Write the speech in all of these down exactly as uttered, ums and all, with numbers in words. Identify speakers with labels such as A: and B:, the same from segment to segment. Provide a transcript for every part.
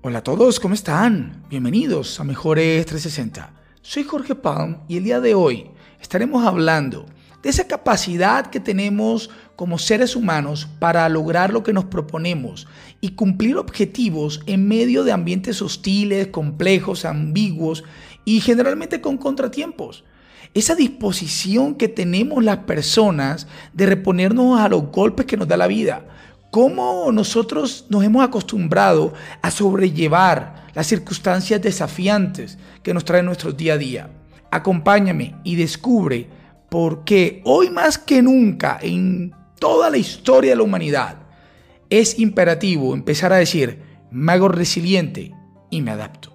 A: Hola a todos, ¿cómo están? Bienvenidos a Mejores trescientos sesenta. Soy Jorge Palm y el día de hoy estaremos hablando de esa capacidad que tenemos como seres humanos para lograr lo que nos proponemos y cumplir objetivos en medio de ambientes hostiles, complejos, ambiguos y generalmente con contratiempos. Esa disposición que tenemos las personas de reponernos a los golpes que nos da la vida. Cómo nosotros nos hemos acostumbrado a sobrellevar las circunstancias desafiantes que nos traen nuestro día a día. Acompáñame y descubre por qué hoy más que nunca en toda la historia de la humanidad es imperativo empezar a decir: me hago resiliente y me adapto.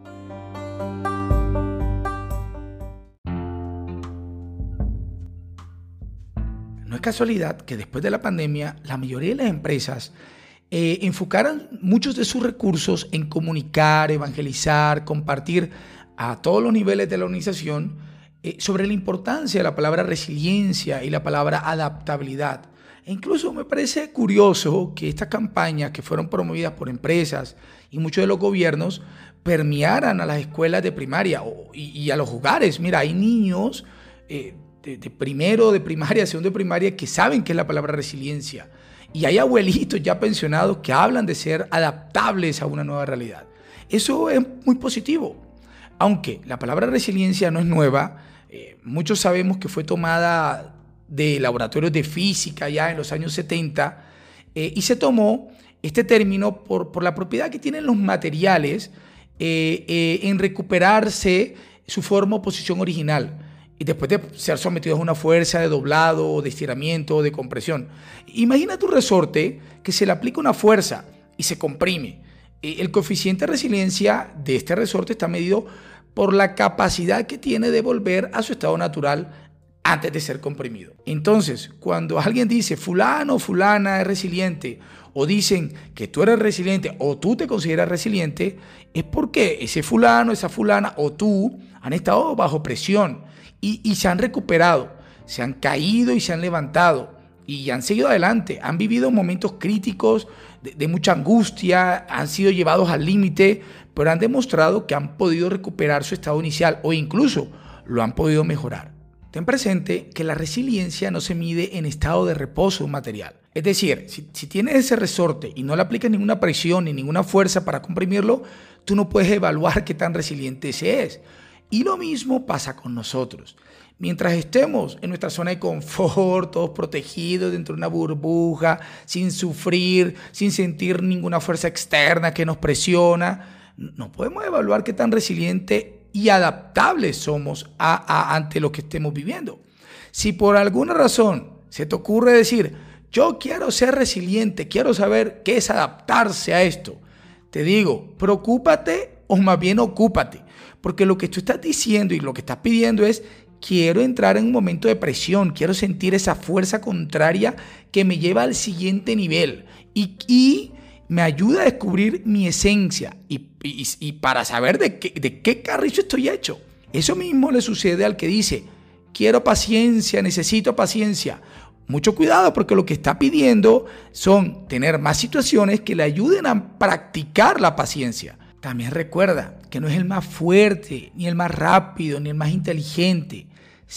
A: No es casualidad que después de la pandemia la mayoría de las empresas eh, enfocaran muchos de sus recursos en comunicar, evangelizar, compartir a todos los niveles de la organización eh, sobre la importancia de la palabra resiliencia y la palabra adaptabilidad. E incluso me parece curioso que estas campañas que fueron promovidas por empresas y muchos de los gobiernos permearan a las escuelas de primaria o, y, y a los hogares. Mira, hay niños Eh, De, de primero, de primaria, segundo de primaria, que saben qué es la palabra resiliencia. Y hay abuelitos ya pensionados que hablan de ser adaptables a una nueva realidad. Eso es muy positivo. Aunque la palabra resiliencia no es nueva, eh, muchos sabemos que fue tomada de laboratorios de física ya en los años setenta eh, y se tomó este término por, por la propiedad que tienen los materiales eh, eh, en recuperarse su forma o posición original. Y después de ser sometidos a una fuerza de doblado, o de estiramiento, o de compresión. Imagina tu resorte que se le aplica una fuerza y se comprime. El coeficiente de resiliencia de este resorte está medido por la capacidad que tiene de volver a su estado natural antes de ser comprimido. Entonces, cuando alguien dice fulano o fulana es resiliente, o dicen que tú eres resiliente o tú te consideras resiliente, es porque ese fulano, esa fulana o tú han estado bajo presión. Y, y se han recuperado, se han caído y se han levantado y han seguido adelante, han vivido momentos críticos de, de mucha angustia, han sido llevados al límite, pero han demostrado que han podido recuperar su estado inicial o incluso lo han podido mejorar. Ten presente que la resiliencia no se mide en estado de reposo material. Es decir, si, si tienes ese resorte y no le aplicas ninguna presión ni ninguna fuerza para comprimirlo, tú no puedes evaluar qué tan resiliente ese es. Y lo mismo pasa con nosotros. Mientras estemos en nuestra zona de confort, todos protegidos dentro de una burbuja, sin sufrir, sin sentir ninguna fuerza externa que nos presiona, no podemos evaluar qué tan resiliente y adaptables somos a, a, ante lo que estemos viviendo. Si por alguna razón se te ocurre decir, yo quiero ser resiliente, quiero saber qué es adaptarse a esto, te digo, preocúpate o más bien ocúpate. Porque lo que tú estás diciendo y lo que estás pidiendo es: quiero entrar en un momento de presión, quiero sentir esa fuerza contraria que me lleva al siguiente nivel y, y me ayuda a descubrir mi esencia y, y, y para saber de qué, de qué carrizo estoy hecho. Eso mismo le sucede al que dice: quiero paciencia, necesito paciencia. Mucho cuidado, porque lo que está pidiendo son tener más situaciones que le ayuden a practicar la paciencia. También recuerda que no es el más fuerte, ni el más rápido, ni el más inteligente,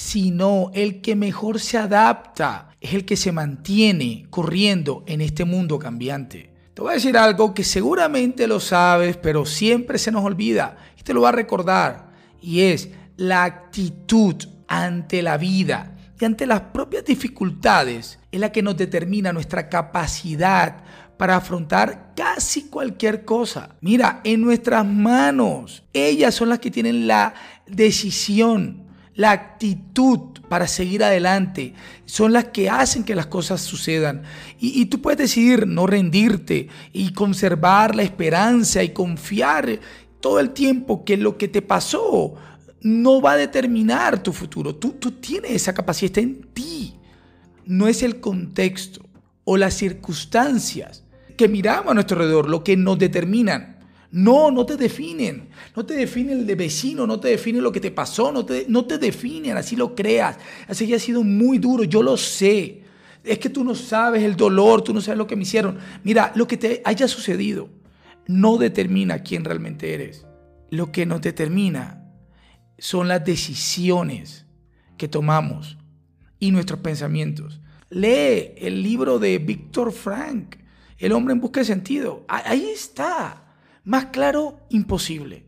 A: sino el que mejor se adapta, es el que se mantiene corriendo en este mundo cambiante. Te voy a decir algo que seguramente lo sabes, pero siempre se nos olvida y te lo voy a recordar, y es la actitud ante la vida y ante las propias dificultades es la que nos determina nuestra capacidad para afrontar casi cualquier cosa. Mira, en nuestras manos, ellas son las que tienen la decisión, la actitud para seguir adelante, son las que hacen que las cosas sucedan. Y, y tú puedes decidir no rendirte y conservar la esperanza y confiar todo el tiempo que lo que te pasó no va a determinar tu futuro. Tú, tú tienes esa capacidad, está en ti. No es el contexto o las circunstancias que miramos a nuestro alrededor lo que nos determinan. No, no te definen. No te define el de vecino, no te define lo que te pasó, no te, no te definen, así lo creas. Así que ha sido muy duro, yo lo sé. Es que tú no sabes el dolor, tú no sabes lo que me hicieron. Mira, lo que te haya sucedido no determina quién realmente eres. Lo que nos determina son las decisiones que tomamos y nuestros pensamientos. Lee el libro de Viktor Frankl, El hombre en busca de sentido. Ahí está. Más claro, imposible.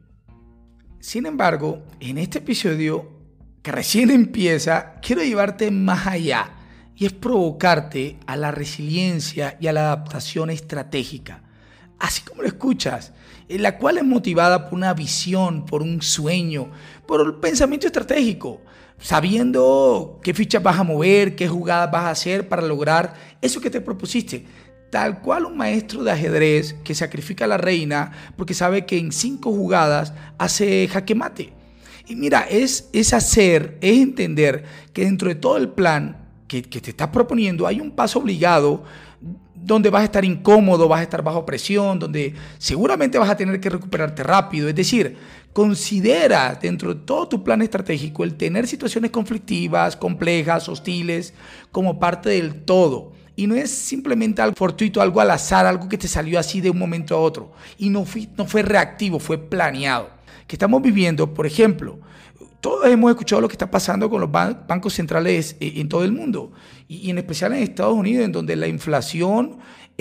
A: Sin embargo, en este episodio, que recién empieza, quiero llevarte más allá y es provocarte a la resiliencia y a la adaptación estratégica. Así como lo escuchas, en la cual es motivada por una visión, por un sueño, por el pensamiento estratégico, sabiendo qué fichas vas a mover, qué jugadas vas a hacer para lograr eso que te propusiste. Tal cual un maestro de ajedrez que sacrifica a la reina porque sabe que en cinco jugadas hace jaque mate. Y mira, es, es hacer, es entender que dentro de todo el plan que, que te estás proponiendo hay un paso obligado donde vas a estar incómodo, vas a estar bajo presión, donde seguramente vas a tener que recuperarte rápido. Es decir, considera dentro de todo tu plan estratégico el tener situaciones conflictivas, complejas, hostiles, como parte del todo. Y no es simplemente algo fortuito, algo al azar, algo que te salió así de un momento a otro. Y no fue, no fue reactivo, fue planeado. Que estamos viviendo, por ejemplo, todos hemos escuchado lo que está pasando con los ban- bancos centrales en todo el mundo y, y en especial en Estados Unidos, en donde la inflación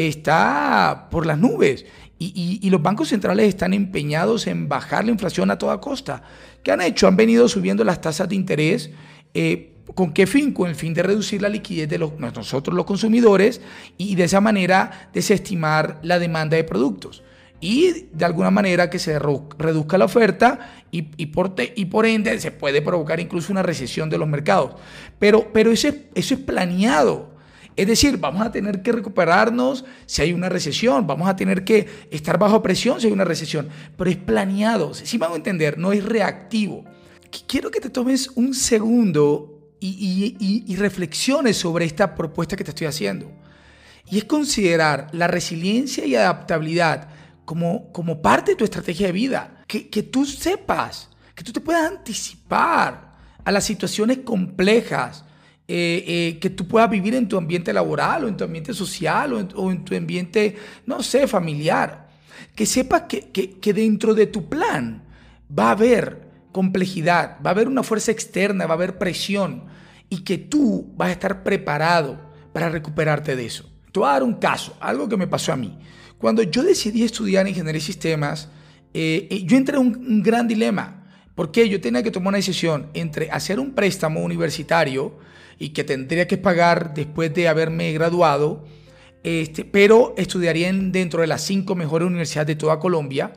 A: está por las nubes y, y, y los bancos centrales están empeñados en bajar la inflación a toda costa. ¿Qué han hecho? Han venido subiendo las tasas de interés. Eh, ¿Con qué fin? Con el fin de reducir la liquidez de los, nosotros los consumidores y de esa manera desestimar la demanda de productos. Y de alguna manera que se reduzca la oferta y, y, por, te, y por ende se puede provocar incluso una recesión de los mercados. Pero, pero eso, es, eso es planeado. Es decir, vamos a tener que recuperarnos si hay una recesión, vamos a tener que estar bajo presión si hay una recesión, pero es planeado. Si vamos a entender, no es reactivo. Quiero que te tomes un segundo y, y, y, y reflexiones sobre esta propuesta que te estoy haciendo. Y es considerar la resiliencia y adaptabilidad Como, como parte de tu estrategia de vida, que, que tú sepas, que tú te puedas anticipar a las situaciones complejas eh, eh, que tú puedas vivir en tu ambiente laboral o en tu ambiente social o en, o en tu ambiente, no sé, familiar. Que sepas que, que, que dentro de tu plan va a haber complejidad, va a haber una fuerza externa, va a haber presión y que tú vas a estar preparado para recuperarte de eso. Te voy a dar un caso, algo que me pasó a mí. Cuando yo decidí estudiar ingeniería y sistemas, eh, yo entré en un, un gran dilema, porque yo tenía que tomar una decisión entre hacer un préstamo universitario y que tendría que pagar después de haberme graduado, este, pero estudiaría en, dentro de las cinco mejores universidades de toda Colombia,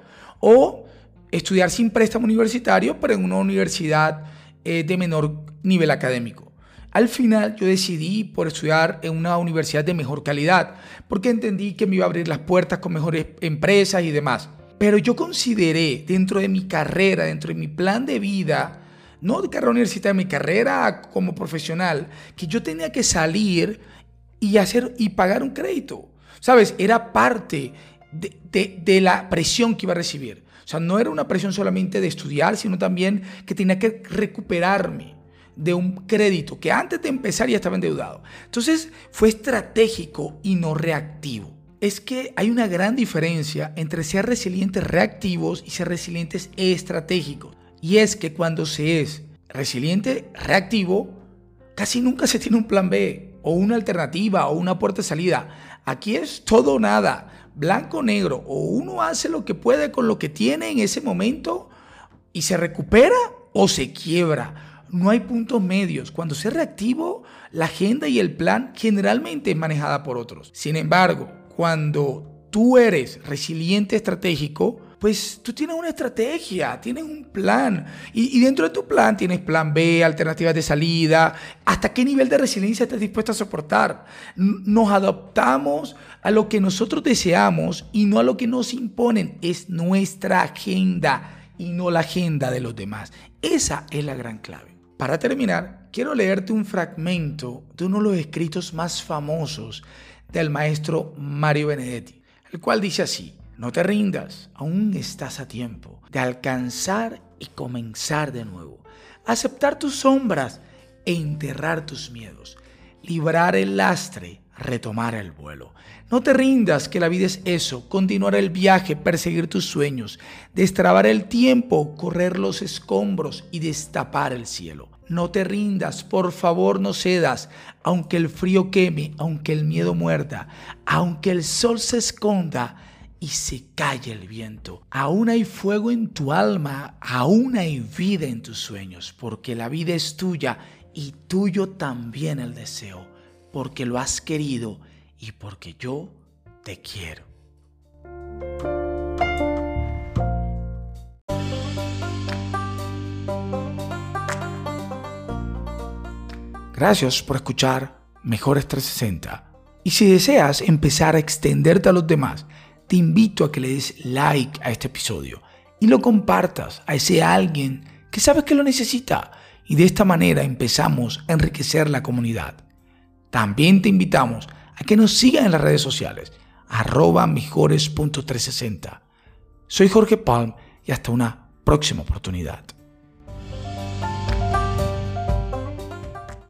A: o estudiar sin préstamo universitario, pero en una universidad eh, de menor nivel académico. Al final yo decidí por estudiar en una universidad de mejor calidad, porque entendí que me iba a abrir las puertas con mejores empresas y demás. Pero yo consideré dentro de mi carrera, dentro de mi plan de vida, no de carrera universitaria, mi carrera como profesional, que yo tenía que salir y, hacer, y pagar un crédito. ¿Sabes? Era parte de, de, de la presión que iba a recibir. O sea, no era una presión solamente de estudiar, sino también que tenía que recuperarme de un crédito que antes de empezar ya estaba endeudado. Entonces fue estratégico y no reactivo. Es que hay una gran diferencia entre ser resilientes reactivos y ser resilientes estratégicos. Y es que cuando se es resiliente reactivo, casi nunca se tiene un plan B o una alternativa o una puerta de salida. Aquí es todo o nada, blanco o negro. O uno hace lo que puede con lo que tiene en ese momento y se recupera o se quiebra. No hay puntos medios. Cuando se es reactivo, la agenda y el plan generalmente es manejada por otros. Sin embargo, cuando tú eres resiliente estratégico, pues tú tienes una estrategia, tienes un plan. Y, y dentro de tu plan tienes plan B, alternativas de salida. ¿Hasta qué nivel de resiliencia estás dispuesto a soportar? Nos adaptamos a lo que nosotros deseamos y no a lo que nos imponen. Es nuestra agenda y no la agenda de los demás. Esa es la gran clave. Para terminar, quiero leerte un fragmento de uno de los escritos más famosos del maestro Mario Benedetti, el cual dice así: no te rindas, aún estás a tiempo de alcanzar y comenzar de nuevo, aceptar tus sombras e enterrar tus miedos, librar el lastre, retomar el vuelo. No te rindas, que la vida es eso, continuar el viaje, perseguir tus sueños, destrabar el tiempo, correr los escombros y destapar el cielo. No te rindas, por favor no cedas, aunque el frío queme, aunque el miedo muerda, aunque el sol se esconda y se calle el viento. Aún hay fuego en tu alma, aún hay vida en tus sueños, porque la vida es tuya y tuyo también el deseo, porque lo has querido y porque yo te quiero. Gracias por escuchar Mejores trescientos sesenta. Y si deseas empezar a extenderte a los demás, te invito a que le des like a este episodio y lo compartas a ese alguien que sabes que lo necesita. Y de esta manera empezamos a enriquecer la comunidad. También te invitamos a que nos sigas en las redes sociales, arroba mejores punto trescientos sesenta. Soy Jorge Palm y hasta una próxima oportunidad.